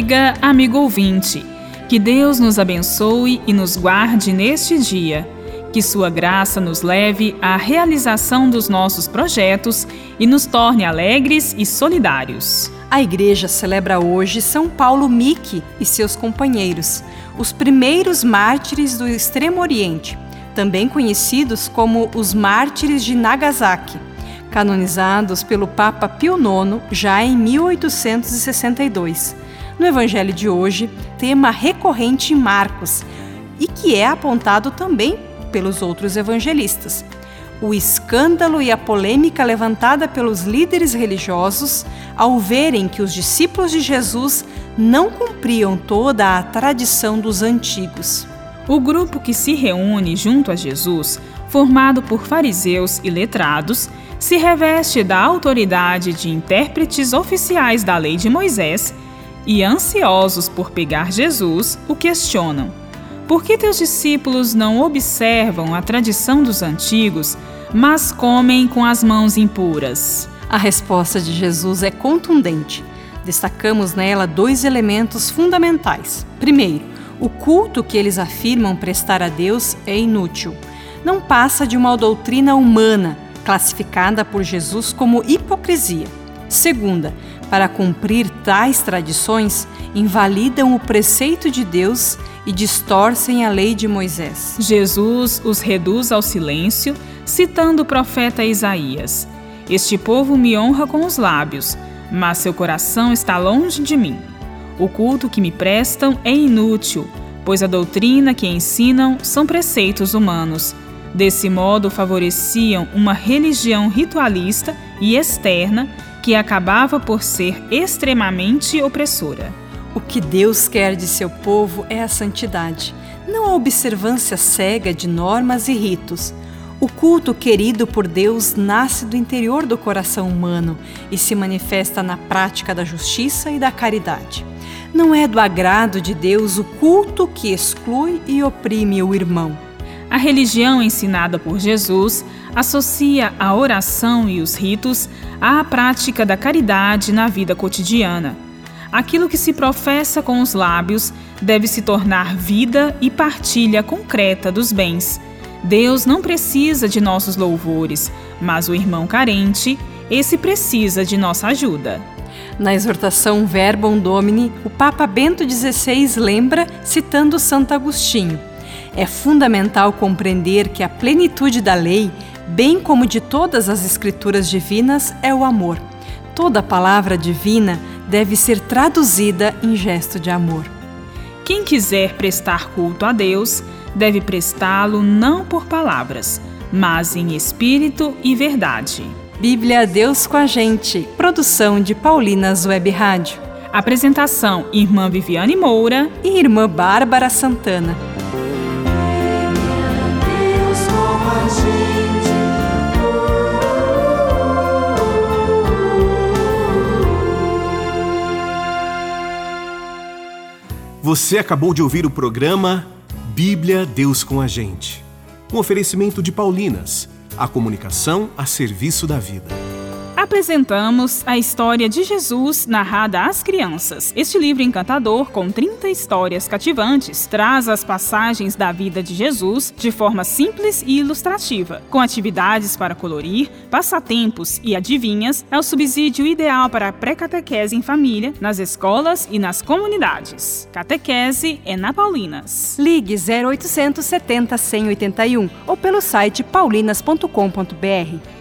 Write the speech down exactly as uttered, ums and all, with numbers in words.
amiga, amigo ouvinte, que Deus nos abençoe e nos guarde neste dia. Que sua graça nos leve à realização dos nossos projetos e nos torne alegres e solidários. A igreja celebra hoje São Paulo Miki e seus companheiros, os primeiros mártires do Extremo Oriente, também conhecidos como os mártires de Nagasaki, canonizados pelo Papa Pio nono já em mil oitocentos e sessenta e dois. No Evangelho de hoje, tema recorrente em Marcos e que é apontado também pelos outros evangelistas. O escândalo e a polêmica levantada pelos líderes religiosos ao verem que os discípulos de Jesus não cumpriam toda a tradição dos antigos. O grupo que se reúne junto a Jesus, formado por fariseus e letrados, se reveste da autoridade de intérpretes oficiais da lei de Moisés e, ansiosos por pegar Jesus, o questionam. Por que teus discípulos não observam a tradição dos antigos, mas comem com as mãos impuras? A resposta de Jesus é contundente. Destacamos nela dois elementos fundamentais. Primeiro, o culto que eles afirmam prestar a Deus é inútil. Não passa de uma doutrina humana, classificada por Jesus como hipocrisia. Segunda, para cumprir tais tradições, invalidam o preceito de Deus e distorcem a lei de Moisés. Jesus os reduz ao silêncio, citando o profeta Isaías: Este povo me honra com os lábios, mas seu coração está longe de mim. O culto que me prestam é inútil, pois a doutrina que ensinam são preceitos humanos. Desse modo, favoreciam uma religião ritualista e externa que acabava por ser extremamente opressora. O que Deus quer de seu povo é a santidade, não a observância cega de normas e ritos. O culto querido por Deus nasce do interior do coração humano e se manifesta na prática da justiça e da caridade. Não é do agrado de Deus o culto que exclui e oprime o irmão. A religião ensinada por Jesus associa a oração e os ritos à prática da caridade na vida cotidiana. Aquilo que se professa com os lábios deve se tornar vida e partilha concreta dos bens. Deus não precisa de nossos louvores, mas o irmão carente, esse precisa de nossa ajuda. Na exortação Verbum Domini, o Papa Bento dezesseis lembra, citando Santo Agostinho: é fundamental compreender que a plenitude da lei, bem como de todas as escrituras divinas, é o amor. Toda palavra divina deve ser traduzida em gesto de amor. Quem quiser prestar culto a Deus, deve prestá-lo não por palavras, mas em espírito e verdade. Bíblia Deus com a gente. Produção de Paulinas Web Rádio. Apresentação: Irmã Viviane Moura e Irmã Bárbara Santana. Você acabou de ouvir o programa Bíblia Deus com a Gente, um oferecimento de Paulinas, a comunicação a serviço da vida. Apresentamos a história de Jesus narrada às crianças. Este livro encantador, com trinta histórias cativantes, traz as passagens da vida de Jesus de forma simples e ilustrativa, com atividades para colorir, passatempos e adivinhas. É o subsídio ideal para a pré-catequese em família, nas escolas e nas comunidades. Catequese é na Paulinas. Ligue zero oitocentos setenta, cem e oitenta e um ou pelo site paulinas ponto com ponto br.